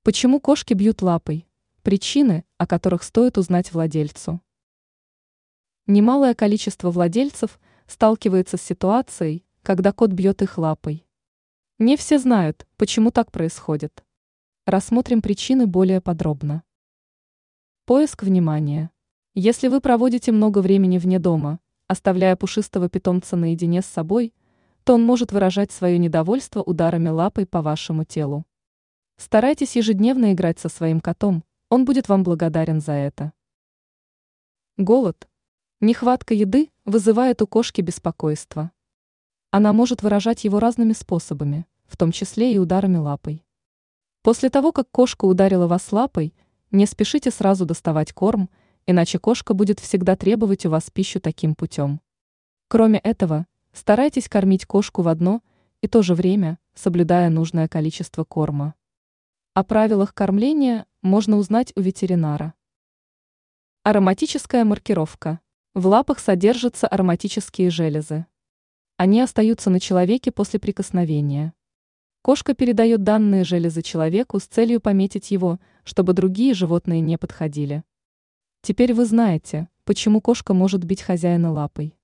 Почему кошки бьют лапой? Причины, о которых стоит узнать владельцу. Немалое количество владельцев сталкивается с ситуацией, когда кот бьет их лапой. Не все знают, почему так происходит. Рассмотрим причины более подробно. Поиск внимания. Если вы проводите много времени вне дома, оставляя пушистого питомца наедине с собой, то он может выражать свое недовольство ударами лапой по вашему телу. Старайтесь ежедневно играть со своим котом, он будет вам благодарен за это. Голод. Нехватка еды вызывает у кошки беспокойство. Она может выражать его разными способами, в том числе и ударами лапой. После того, как кошка ударила вас лапой, не спешите сразу доставать корм, иначе кошка будет всегда требовать у вас пищу таким путем. Кроме этого, старайтесь кормить кошку в одно и то же время, соблюдая нужное количество корма. О правилах кормления можно узнать у ветеринара. Ароматическая маркировка. В лапах содержатся ароматические железы. Они остаются на человеке после прикосновения. Кошка передает данные железы человеку с целью пометить его, чтобы другие животные не подходили. Теперь вы знаете, почему кошка может бить хозяина лапой.